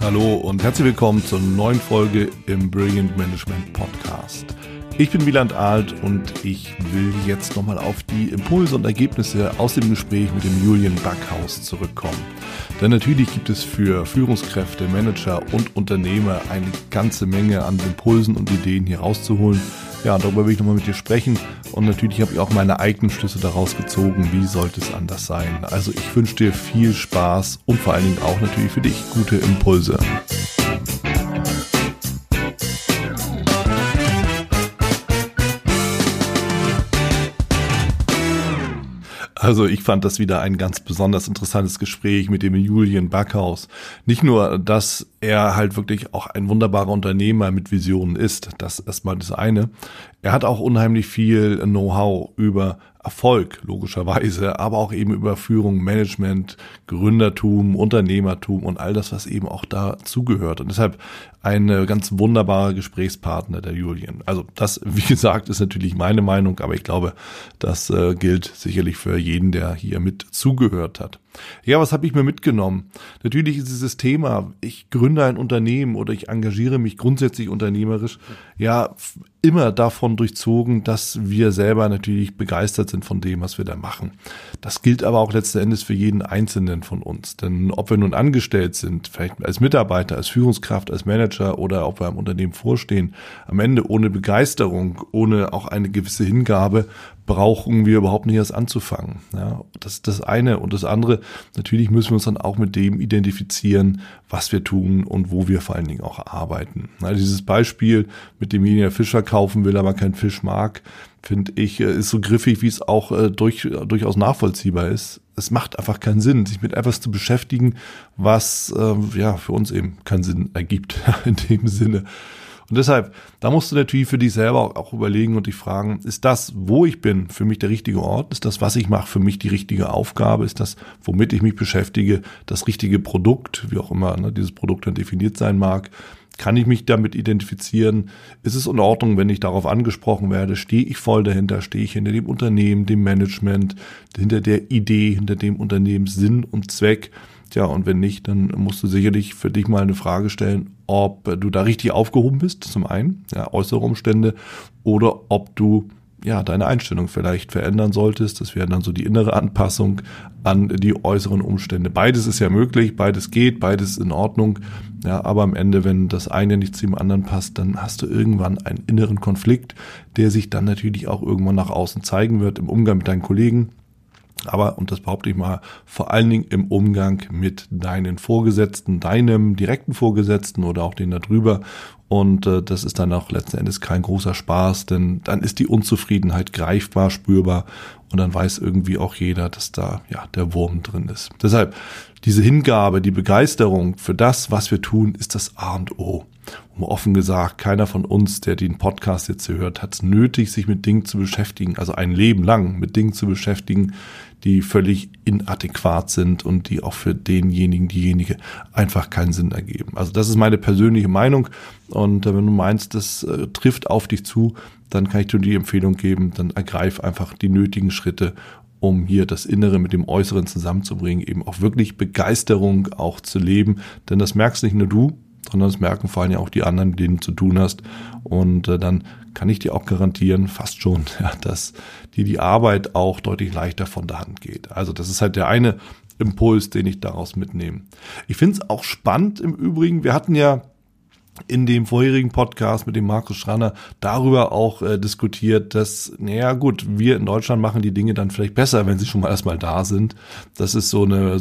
Hallo und herzlich willkommen zur neuen Folge im Brilliant Management Podcast. Ich bin Wieland Alt und ich will jetzt nochmal auf die Impulse und Ergebnisse aus dem Gespräch mit dem Julian Backhaus zurückkommen. Denn natürlich gibt es für Führungskräfte, Manager und Unternehmer eine ganze Menge an Impulsen und Ideen hier rauszuholen. Ja, darüber will ich nochmal mit dir sprechen und natürlich habe ich auch meine eigenen Schlüsse daraus gezogen, wie sollte es anders sein. Also ich wünsche dir viel Spaß und vor allen Dingen auch natürlich für dich gute Impulse. Also ich fand das wieder ein ganz besonders interessantes Gespräch mit dem Julian Backhaus. Nicht nur, dass er halt wirklich auch ein wunderbarer Unternehmer mit Visionen ist, das ist erstmal das eine. Er hat auch unheimlich viel Know-how über Erfolg, logischerweise, aber auch eben über Führung, Management, Gründertum, Unternehmertum und all das, was eben auch dazugehört. Und deshalb ein ganz wunderbarer Gesprächspartner, der Julian. Also das, wie gesagt, ist natürlich meine Meinung, aber ich glaube, das gilt sicherlich für jeden, der hier mit zugehört hat. Ja, was habe ich mir mitgenommen? Natürlich ist dieses Thema, ich gründe ein Unternehmen oder ich engagiere mich grundsätzlich unternehmerisch, ja, immer davon durchzogen, dass wir selber natürlich begeistert sind von dem, was wir da machen. Das gilt aber auch letzten Endes für jeden Einzelnen von uns. Denn ob wir nun angestellt sind, vielleicht als Mitarbeiter, als Führungskraft, als Manager oder ob wir am Unternehmen vorstehen, am Ende ohne Begeisterung, ohne auch eine gewisse Hingabe, brauchen wir überhaupt nicht erst anzufangen. Ja, das ist das eine. Und das andere, natürlich müssen wir uns dann auch mit dem identifizieren, was wir tun und wo wir vor allen Dingen auch arbeiten. Also dieses Beispiel mit dem jenigen, der Fisch verkaufen will, aber keinen Fisch mag, finde ich, ist so griffig, wie es auch durchaus nachvollziehbar ist. Es macht einfach keinen Sinn, sich mit etwas zu beschäftigen, was für uns eben keinen Sinn ergibt in dem Sinne. Und deshalb, da musst du natürlich für dich selber auch überlegen und dich fragen, ist das, wo ich bin, für mich der richtige Ort? Ist das, was ich mache, für mich die richtige Aufgabe? Ist das, womit ich mich beschäftige, das richtige Produkt, wie auch immer dieses Produkt dann definiert sein mag? Kann ich mich damit identifizieren? Ist es in Ordnung, wenn ich darauf angesprochen werde? Stehe ich voll dahinter? Stehe ich hinter dem Unternehmen, dem Management, hinter der Idee, hinter dem Unternehmenssinn und Zweck? Tja, und wenn nicht, dann musst du sicherlich für dich mal eine Frage stellen, ob du da richtig aufgehoben bist, zum einen, ja, äußere Umstände, oder ob du deine Einstellung vielleicht verändern solltest. Das wäre dann so die innere Anpassung an die äußeren Umstände. Beides ist ja möglich, beides geht, beides in Ordnung. Ja, aber am Ende, wenn das eine nicht zu dem anderen passt, dann hast du irgendwann einen inneren Konflikt, der sich dann natürlich auch irgendwann nach außen zeigen wird im Umgang mit deinen Kollegen. Aber, und das behaupte ich mal, vor allen Dingen im Umgang mit deinen Vorgesetzten, deinem direkten Vorgesetzten oder auch den da drüber. Und das ist dann auch letzten Endes kein großer Spaß, denn dann ist die Unzufriedenheit greifbar, spürbar und dann weiß irgendwie auch jeder, dass da der Wurm drin ist. Deshalb diese Hingabe, die Begeisterung für das, was wir tun, ist das A und O. Und offen gesagt, keiner von uns, der den Podcast jetzt hier hört, hat es nötig, sich mit Dingen zu beschäftigen, also ein Leben lang mit Dingen zu beschäftigen, die völlig inadäquat sind und die auch für diejenige einfach keinen Sinn ergeben. Also das ist meine persönliche Meinung und wenn du meinst, das trifft auf dich zu, dann kann ich dir die Empfehlung geben, dann ergreif einfach die nötigen Schritte, um hier das Innere mit dem Äußeren zusammenzubringen, eben auch wirklich Begeisterung auch zu leben, denn das merkst nicht nur du, sondern das merken vor allem ja auch die anderen, mit denen du zu tun hast. Und dann kann ich dir auch garantieren, fast schon, dass dir die Arbeit auch deutlich leichter von der Hand geht. Also das ist halt der eine Impuls, den ich daraus mitnehme. Ich finde es auch spannend im Übrigen, wir hatten ja in dem vorherigen Podcast mit dem Markus Schranner darüber auch diskutiert, dass, wir in Deutschland machen die Dinge dann vielleicht besser, wenn sie schon mal erstmal da sind. Das ist so eine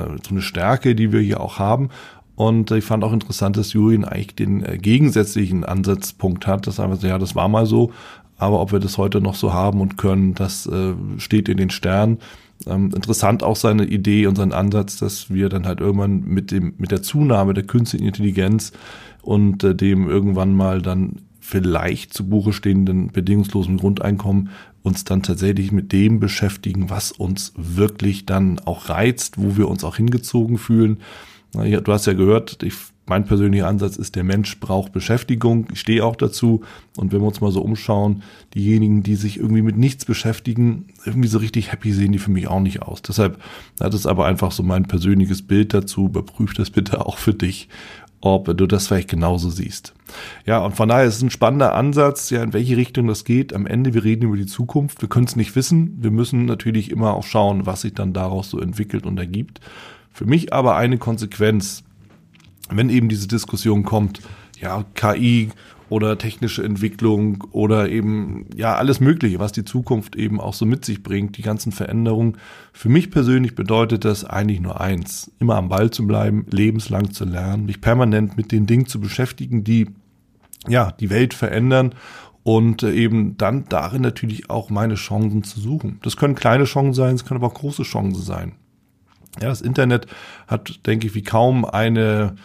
Stärke, die wir hier auch haben. Und ich fand auch interessant, dass Julian eigentlich den gegensätzlichen Ansatzpunkt hat, dass einfach das war mal so, aber ob wir das heute noch so haben und können, das steht in den Sternen. Interessant auch seine Idee und sein Ansatz, dass wir dann halt irgendwann mit der Zunahme der künstlichen Intelligenz und dem irgendwann mal dann vielleicht zu Buche stehenden bedingungslosen Grundeinkommen uns dann tatsächlich mit dem beschäftigen, was uns wirklich dann auch reizt, wo wir uns auch hingezogen fühlen. Du hast ja gehört, ich mein persönlicher Ansatz ist, der Mensch braucht Beschäftigung. Ich stehe auch dazu. Und wenn wir uns mal so umschauen, diejenigen, die sich irgendwie mit nichts beschäftigen, irgendwie so richtig happy sehen die für mich auch nicht aus. Deshalb, das ist aber einfach so mein persönliches Bild dazu. Überprüf das bitte auch für dich, ob du das vielleicht genauso siehst. Ja, und von daher ist es ein spannender Ansatz, ja, in welche Richtung das geht. Am Ende, wir reden über die Zukunft. Wir können es nicht wissen. Wir müssen natürlich immer auch schauen, was sich dann daraus so entwickelt und ergibt. Für mich aber eine Konsequenz, wenn eben diese Diskussion kommt, ja, KI oder technische Entwicklung oder eben, ja, alles Mögliche, was die Zukunft eben auch so mit sich bringt, die ganzen Veränderungen. Für mich persönlich bedeutet das eigentlich nur eins: immer am Ball zu bleiben, lebenslang zu lernen, mich permanent mit den Dingen zu beschäftigen, die, ja, die Welt verändern und eben dann darin natürlich auch meine Chancen zu suchen. Das können kleine Chancen sein, es können aber auch große Chancen sein. Ja, das Internet hat, denke ich, wie kaum eine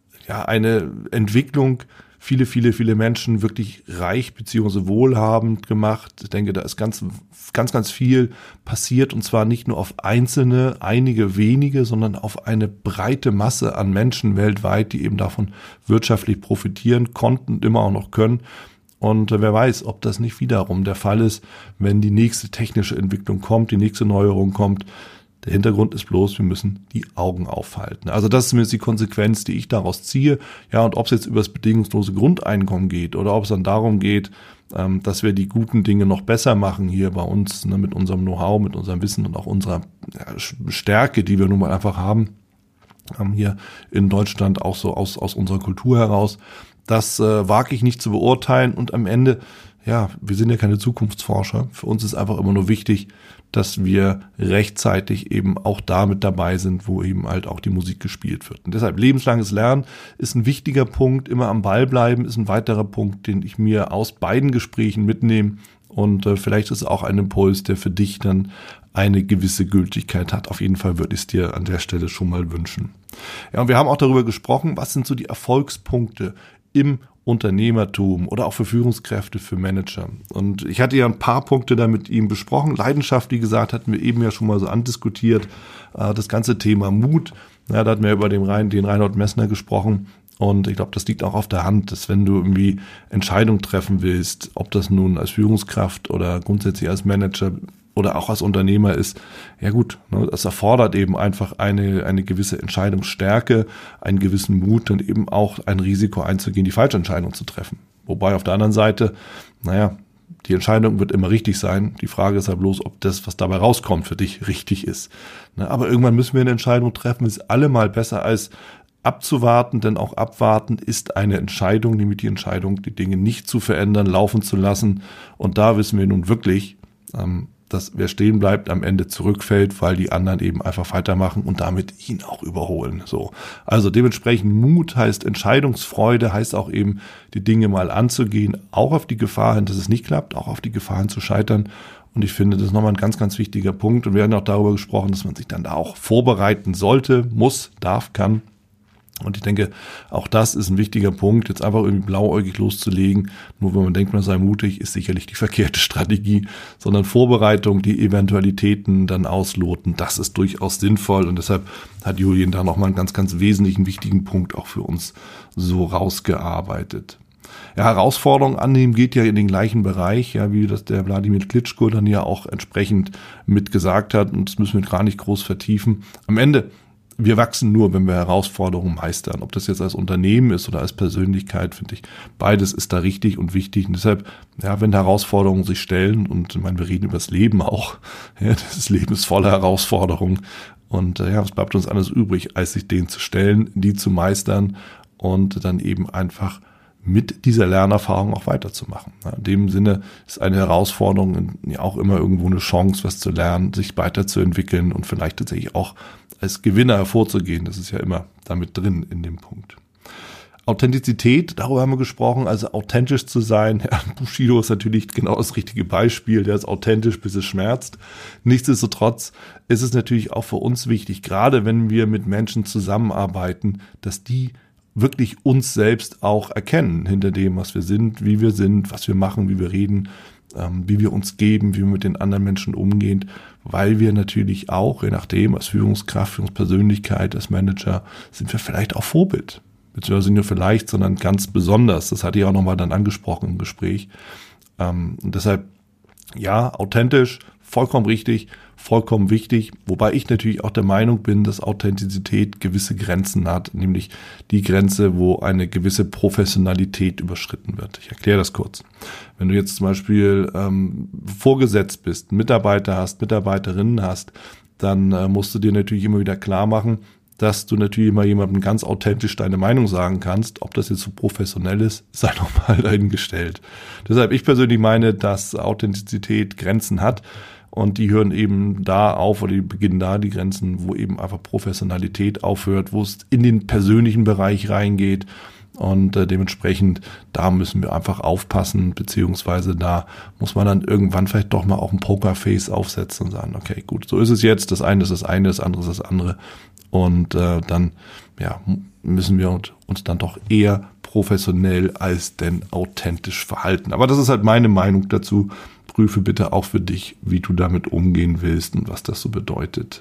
Entwicklung viele Menschen wirklich reich bzw. wohlhabend gemacht. Ich denke, da ist ganz viel passiert, und zwar nicht nur auf einige wenige, sondern auf eine breite Masse an Menschen weltweit, die eben davon wirtschaftlich profitieren konnten und immer auch noch können. Und wer weiß, ob das nicht wiederum der Fall ist, wenn die nächste technische Entwicklung kommt, die nächste Neuerung kommt. Der Hintergrund ist bloß, wir müssen die Augen aufhalten. Also das ist zumindest die Konsequenz, die ich daraus ziehe. Ja, und ob es jetzt über das bedingungslose Grundeinkommen geht oder ob es dann darum geht, dass wir die guten Dinge noch besser machen hier bei uns, ne, mit unserem Know-how, mit unserem Wissen und auch unserer Stärke, die wir nun mal einfach haben, hier in Deutschland, auch so aus unserer Kultur heraus. Das wage ich nicht zu beurteilen, und am Ende, ja, wir sind ja keine Zukunftsforscher. Für uns ist einfach immer nur wichtig, dass wir rechtzeitig eben auch damit dabei sind, wo eben halt auch die Musik gespielt wird. Und deshalb lebenslanges Lernen ist ein wichtiger Punkt. Immer am Ball bleiben ist ein weiterer Punkt, den ich mir aus beiden Gesprächen mitnehme. Und vielleicht ist es auch ein Impuls, der für dich dann eine gewisse Gültigkeit hat. Auf jeden Fall würde ich es dir an der Stelle schon mal wünschen. Ja, und wir haben auch darüber gesprochen, was sind so die Erfolgspunkte im Unternehmertum oder auch für Führungskräfte, für Manager. Und ich hatte ja ein paar Punkte da mit ihm besprochen. Leidenschaft, wie gesagt, hatten wir eben ja schon mal so andiskutiert. Das ganze Thema Mut, ja, da hatten wir über den Reinhold Messner gesprochen. Und ich glaube, das liegt auch auf der Hand, dass wenn du irgendwie Entscheidungen treffen willst, ob das nun als Führungskraft oder grundsätzlich als Manager oder auch als Unternehmer ist, ja gut, ne, das erfordert eben einfach eine gewisse Entscheidungsstärke, einen gewissen Mut und eben auch ein Risiko einzugehen, die falsche Entscheidung zu treffen. Wobei auf der anderen Seite, die Entscheidung wird immer richtig sein. Die Frage ist halt bloß, ob das, was dabei rauskommt, für dich richtig ist. Ne, aber irgendwann müssen wir eine Entscheidung treffen, ist allemal besser als abzuwarten, denn auch abwarten ist eine Entscheidung, nämlich die Entscheidung, die Dinge nicht zu verändern, laufen zu lassen. Und da wissen wir nun wirklich, dass wer stehen bleibt, am Ende zurückfällt, weil die anderen eben einfach weitermachen und damit ihn auch überholen. So. Also dementsprechend Mut heißt Entscheidungsfreude, heißt auch eben, die Dinge mal anzugehen, auch auf die Gefahr hin, dass es nicht klappt, auch auf die Gefahr hin zu scheitern. Und ich finde, das ist nochmal ein ganz wichtiger Punkt. Und wir haben auch darüber gesprochen, dass man sich dann da auch vorbereiten sollte, muss, darf, kann. Und ich denke, auch das ist ein wichtiger Punkt, jetzt einfach irgendwie blauäugig loszulegen, nur wenn man denkt, man sei mutig, ist sicherlich die verkehrte Strategie, sondern Vorbereitung, die Eventualitäten dann ausloten, das ist durchaus sinnvoll, und deshalb hat Julian da nochmal einen ganz wesentlichen, wichtigen Punkt auch für uns so rausgearbeitet. Ja, Herausforderungen annehmen geht ja in den gleichen Bereich, ja, wie das der Wladimir Klitschko dann ja auch entsprechend mitgesagt hat, und das müssen wir gar nicht groß vertiefen. Am Ende, wir wachsen nur, wenn wir Herausforderungen meistern. Ob das jetzt als Unternehmen ist oder als Persönlichkeit, finde ich, beides ist da richtig und wichtig. Und deshalb, ja, wenn Herausforderungen sich stellen, und ich meine, wir reden über das Leben auch, ja, das Leben ist voller Herausforderungen. Und ja, was bleibt uns anderes übrig, als sich denen zu stellen, die zu meistern und dann eben einfach mit dieser Lernerfahrung auch weiterzumachen. In dem Sinne ist eine Herausforderung ja auch immer irgendwo eine Chance, was zu lernen, sich weiterzuentwickeln und vielleicht tatsächlich auch als Gewinner hervorzugehen. Das ist ja immer damit drin in dem Punkt. Authentizität, darüber haben wir gesprochen, also authentisch zu sein. Ja, Bushido ist natürlich genau das richtige Beispiel, der ist authentisch, bis es schmerzt. Nichtsdestotrotz ist es natürlich auch für uns wichtig, gerade wenn wir mit Menschen zusammenarbeiten, dass die wirklich uns selbst auch erkennen, hinter dem, was wir sind, was wir machen, wie wir reden, wie wir uns geben, wie wir mit den anderen Menschen umgehen, weil wir natürlich auch, je nachdem, als Führungskraft, Führungspersönlichkeit, als Manager, sind wir vielleicht auch Vorbild. beziehungsweise nicht nur vielleicht, sondern ganz besonders. Das hatte ich auch nochmal dann angesprochen im Gespräch. Und deshalb, ja, authentisch, vollkommen richtig, vollkommen wichtig, wobei ich natürlich auch der Meinung bin, dass Authentizität gewisse Grenzen hat, nämlich die Grenze, wo eine gewisse Professionalität überschritten wird. Ich erkläre das kurz. Wenn du jetzt zum Beispiel vorgesetzt bist, Mitarbeiter hast, Mitarbeiterinnen hast, dann musst du dir natürlich immer wieder klar machen, dass du natürlich immer jemandem ganz authentisch deine Meinung sagen kannst. Ob das jetzt so professionell ist, sei nochmal dahingestellt. Deshalb, ich persönlich meine, dass Authentizität Grenzen hat. Und die hören eben da auf, oder die beginnen da, die Grenzen, wo eben einfach Professionalität aufhört, wo es in den persönlichen Bereich reingeht. Und dementsprechend, da müssen wir einfach aufpassen, beziehungsweise da muss man dann irgendwann vielleicht doch mal auch ein Pokerface aufsetzen und sagen, okay, gut, so ist es jetzt, das eine ist das eine, das andere ist das andere. Und dann müssen wir uns dann doch eher professionell als denn authentisch verhalten. Aber das ist halt meine Meinung dazu. Prüfe bitte auch für dich, wie du damit umgehen willst und was das so bedeutet.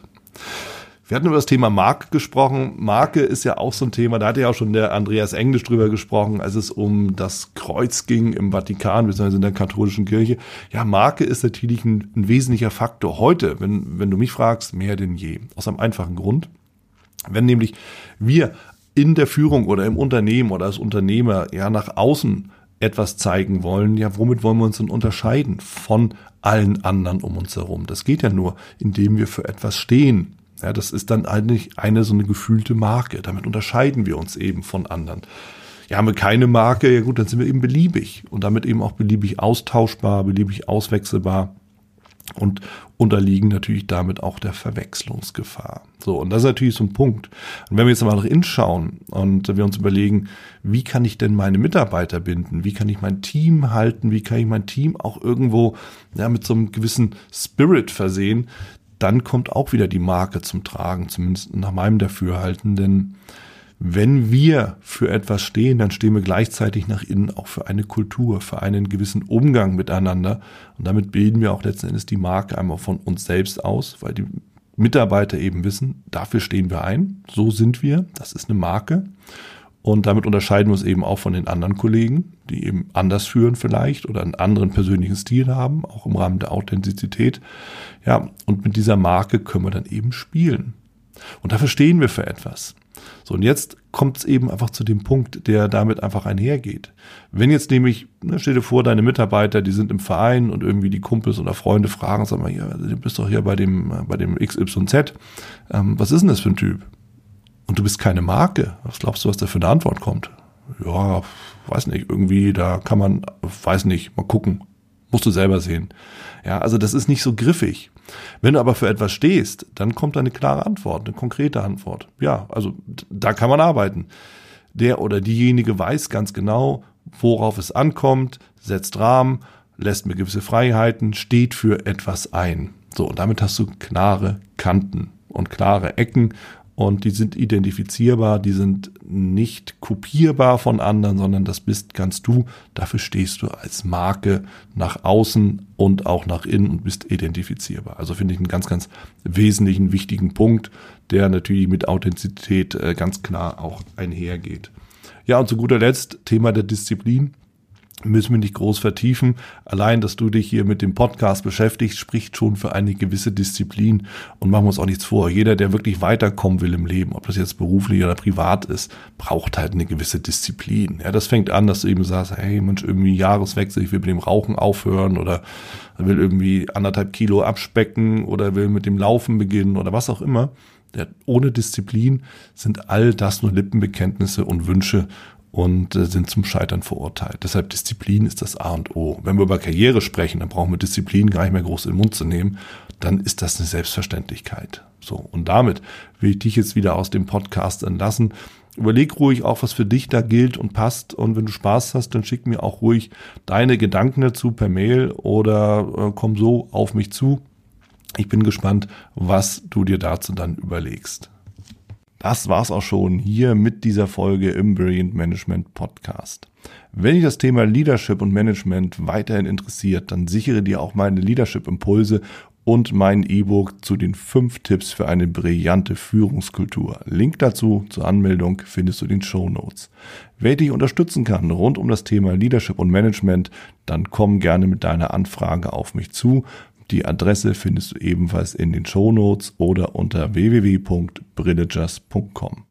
Wir hatten über das Thema Marke gesprochen. Marke ist ja auch so ein Thema, da hatte ja auch schon der Andreas Englisch drüber gesprochen, als es um das Kreuz ging im Vatikan, beziehungsweise in der katholischen Kirche. Ja, Marke ist natürlich ein wesentlicher Faktor heute, wenn du mich fragst, mehr denn je. Aus einem einfachen Grund. Wenn nämlich wir in der Führung oder im Unternehmen oder als Unternehmer ja nach außen etwas zeigen wollen, ja, womit wollen wir uns denn unterscheiden von allen anderen um uns herum? Das geht ja nur, indem wir für etwas stehen. Ja, das ist dann eigentlich so eine gefühlte Marke. Damit unterscheiden wir uns eben von anderen. Ja, haben wir keine Marke, ja gut, dann sind wir eben beliebig und damit eben auch beliebig austauschbar, beliebig auswechselbar und unterliegen natürlich damit auch der Verwechslungsgefahr. So, und das ist natürlich so ein Punkt. Und wenn wir jetzt mal nach innen schauen und wir uns überlegen, wie kann ich denn meine Mitarbeiter binden? Wie kann ich mein Team halten? Wie kann ich mein Team auch irgendwo mit so einem gewissen Spirit versehen? Dann kommt auch wieder die Marke zum Tragen, zumindest nach meinem Dafürhalten, denn wenn wir für etwas stehen, dann stehen wir gleichzeitig nach innen auch für eine Kultur, für einen gewissen Umgang miteinander. Und damit bilden wir auch letzten Endes die Marke einmal von uns selbst aus, weil die Mitarbeiter eben wissen, dafür stehen wir ein, so sind wir, das ist eine Marke. Und damit unterscheiden wir uns eben auch von den anderen Kollegen, die eben anders führen vielleicht oder einen anderen persönlichen Stil haben, auch im Rahmen der Authentizität. Ja, und mit dieser Marke können wir dann eben spielen. Und dafür stehen wir für etwas. So, und jetzt kommt es eben einfach zu dem Punkt, der damit einfach einhergeht. Wenn jetzt nämlich, stell dir vor, deine Mitarbeiter, die sind im Verein und irgendwie die Kumpels oder Freunde fragen, sag mal, ja, du bist doch hier bei dem XYZ, was ist denn das für ein Typ? Und du bist keine Marke. Was glaubst du, was da für eine Antwort kommt? Ja, weiß nicht, irgendwie, da kann man, weiß nicht, mal gucken. Musst du selber sehen. Ja, also das ist nicht so griffig. Wenn du aber für etwas stehst, dann kommt eine klare Antwort, eine konkrete Antwort. Ja, also da kann man arbeiten. Der oder diejenige weiß ganz genau, worauf es ankommt, setzt Rahmen, lässt mir gewisse Freiheiten, steht für etwas ein. So, und damit hast du klare Kanten und klare Ecken. Und die sind identifizierbar, die sind nicht kopierbar von anderen, sondern das bist ganz du. Dafür stehst du als Marke nach außen und auch nach innen und bist identifizierbar. Also finde ich einen ganz, ganz wesentlichen, wichtigen Punkt, der natürlich mit Authentizität ganz klar auch einhergeht. Ja, und zu guter Letzt Thema der Disziplin. Müssen wir nicht groß vertiefen. Allein, dass du dich hier mit dem Podcast beschäftigst, spricht schon für eine gewisse Disziplin. Und machen wir uns auch nichts vor. Jeder, der wirklich weiterkommen will im Leben, ob das jetzt beruflich oder privat ist, braucht halt eine gewisse Disziplin. Ja, das fängt an, dass du eben sagst, hey Mensch, irgendwie Jahreswechsel, ich will mit dem Rauchen aufhören oder will irgendwie 1,5 Kilo abspecken oder will mit dem Laufen beginnen oder was auch immer. Ohne Disziplin sind all das nur Lippenbekenntnisse und Wünsche und sind zum Scheitern verurteilt. Deshalb Disziplin ist das A und O. Wenn wir über Karriere sprechen, dann brauchen wir Disziplin gar nicht mehr groß in den Mund zu nehmen. Dann ist das eine Selbstverständlichkeit. So, und damit will ich dich jetzt wieder aus dem Podcast entlassen. Überleg ruhig auch, was für dich da gilt und passt. Und wenn du Spaß hast, dann schick mir auch ruhig deine Gedanken dazu per Mail oder komm so auf mich zu. Ich bin gespannt, was du dir dazu dann überlegst. Das war's auch schon hier mit dieser Folge im Brilliant Management Podcast. Wenn dich das Thema Leadership und Management weiterhin interessiert, dann sichere dir auch meine Leadership-Impulse und mein E-Book zu den 5 Tipps für eine brillante Führungskultur. Link dazu zur Anmeldung findest du in den Shownotes. Wer dich unterstützen kann rund um das Thema Leadership und Management, dann komm gerne mit deiner Anfrage auf mich zu. Die Adresse findest du ebenfalls in den Shownotes oder unter www.brillegers.com.